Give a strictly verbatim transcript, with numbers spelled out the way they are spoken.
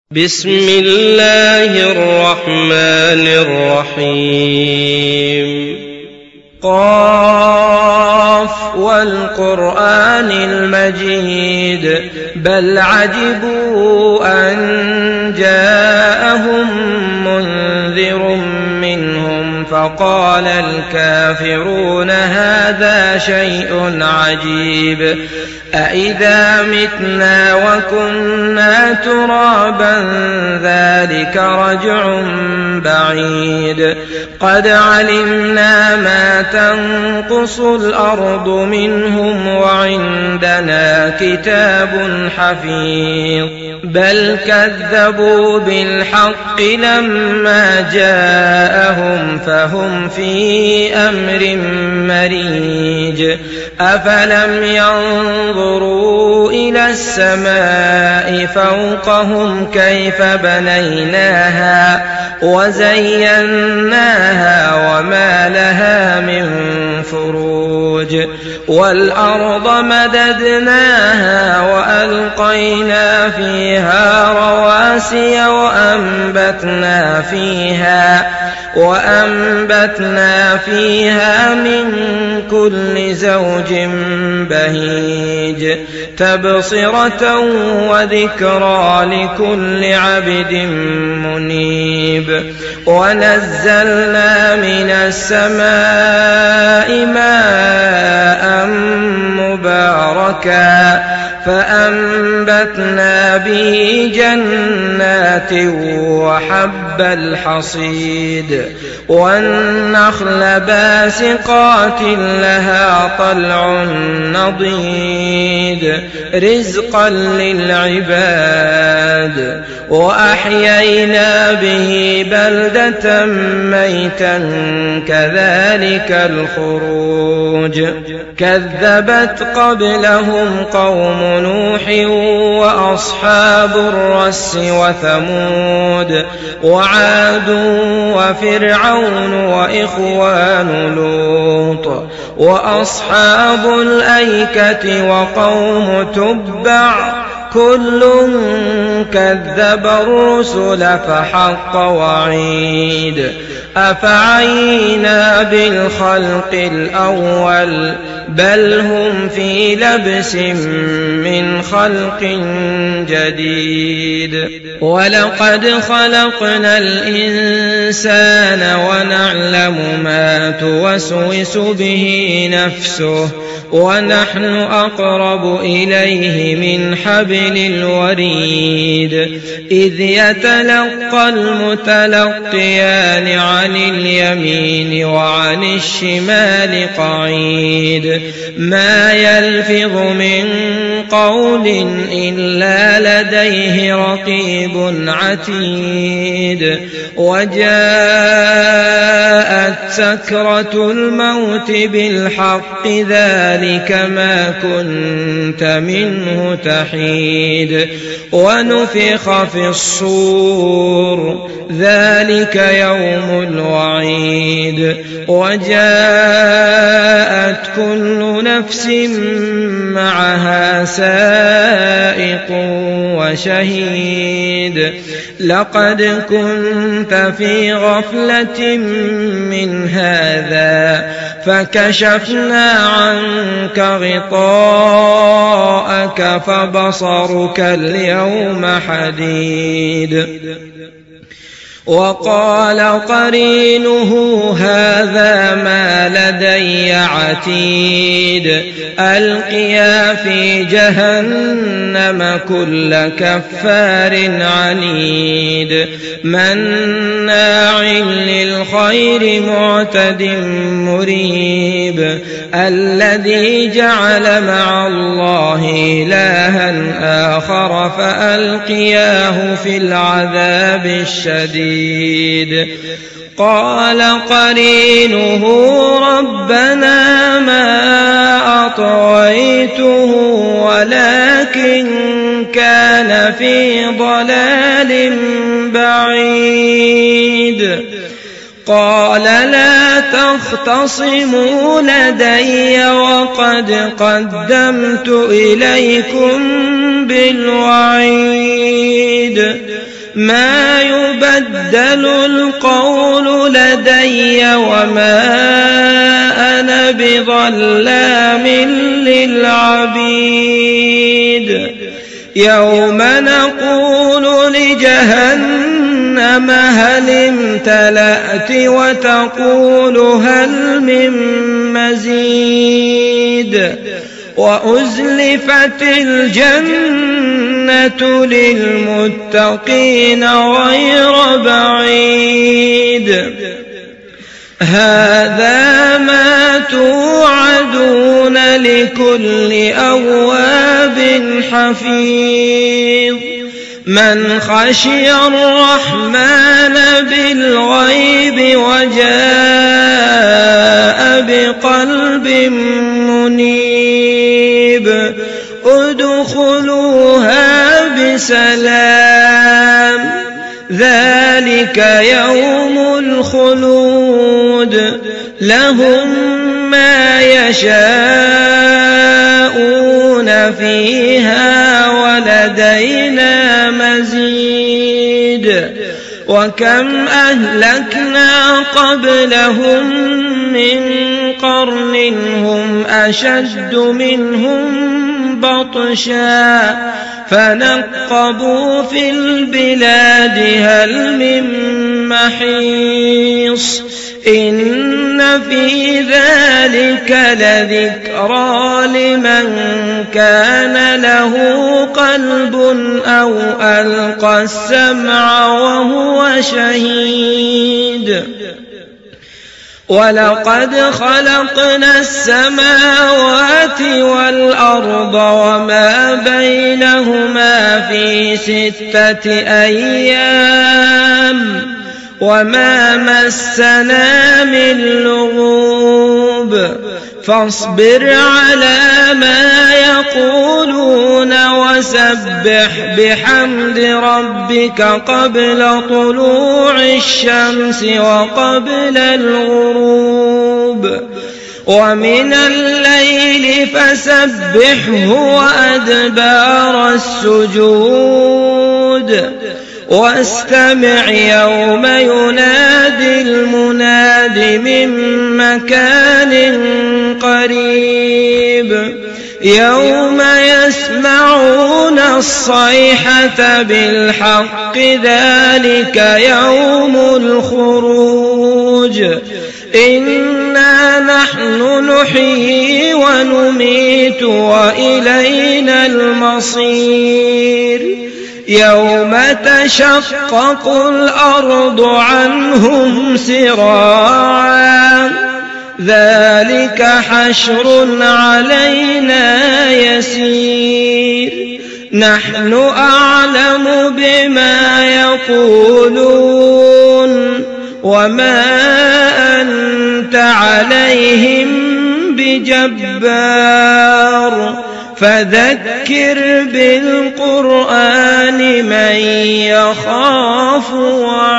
بسم الله الرحمن الرحيم قاف والقرآن المجيد بل عجبوا أن جاءهم منذر منهم فقال الكافرون هذا شيء عجيب أإذا متنا وكنا ترابا ذلك رجع بعيد قد علمنا ما تنقص الأرض منهم وعندنا كتاب حفيظ بل كذبوا بالحق لما جاءهم فهم في أمر مريج أفلم ينظروا إلى السماء فوقهم كيف بنيناها وزيناها وما لها من فروج والأرض مددناها وألقينا فيها رواسي وأنبتنا فيها وأنبتنا فيها من كل زوج بهيج تبصرة وذكرى لكل عبد منيب ونزلنا من السماء ماء مباركا فأنبتنا به جنات وحب الحصيد والنخل باسقات لها طلع نضيد رزقا للعباد وأحيينا به بلدة ميتا كذلك الخروج كذبت قبلهم قوم نوح وأصحاب الرس وثمود وعاد وفرعون وإخوان لوط وأصحاب الأيكة وقوم تبع كل كذب الرسل فحق وعيد أفعينا بالخلق الأول بل هم في لبس من خلق جديد ولقد خلقنا الإنسان ونعلم ما توسوس به نفسه ونحن أقرب إليه من حبل الوريد إذ يتلقى المتلقيان عن اليمين وعن الشمال قعيد ما يلفظ من قول إلا لديه رقيب عتيد وجاءت سكرة الموت بالحق ذلك ما كنت منه تحيد ونفخ في الصور ذلك يوم الوعيد وجاءت كل نفس معها سائق وشهيد لقد كنت في غفلة من هذا فكشفنا عنك غطاءك فبصرك اليوم حديد وقال قرينه هذا ما لدي عتيد ألقيا في جهنم كل كفار عنيد مناع للخير معتد مريب الذي جعل مع الله إلها آخر فألقياه في العذاب الشديد قال قرينه ربنا ما أطغيته ولكن كان في ضلال بعيد قال لا تختصموا لدي وقد قدمت إليكم بالوعيد ما يبدل القول لدي وما أنا بظلام للعبيد يوم نقول لجهنم هل امتلأت وتقول هل من مزيد وأزلفت الجنة للمتقين غير بعيد هذا ما توعدون لكل أواب حفيظ من خشي الرحمن بالغيب وجاء بقلب منيب ادخلوها بسلام ذلك يوم الخلود لهم ما يشاءون فيها ولدينا مزيد وكم أهلكنا قبلهم من قرن هم أشد منهم بطشا فنقبوا في البلاد هل من محيص إن في ذلك لذكرى لمن كان له قلب أو ألقى السمع وهو شهيد ولقد خلقنا السماوات والأرض وما بينهما في ستة أيام وما مسنا من لغوب فاصبر على ما يقولون وسبح بحمد ربك قبل طلوع الشمس وقبل الغروب ومن الليل فسبحه وأدبار السجود واستمع يوم ينادي المناد من مكان قريب يوم يسمعون الصيحة بالحق ذلك يوم الخروج إنا نحن نحيي ونميت وإلينا المصير يوم تشقق الأرض عنهم سراعا ذلك حشر علينا يسير نحن أعلم بما يقولون وما أنت عليهم بجبار فذكر بالقرآن من يخاف وعيد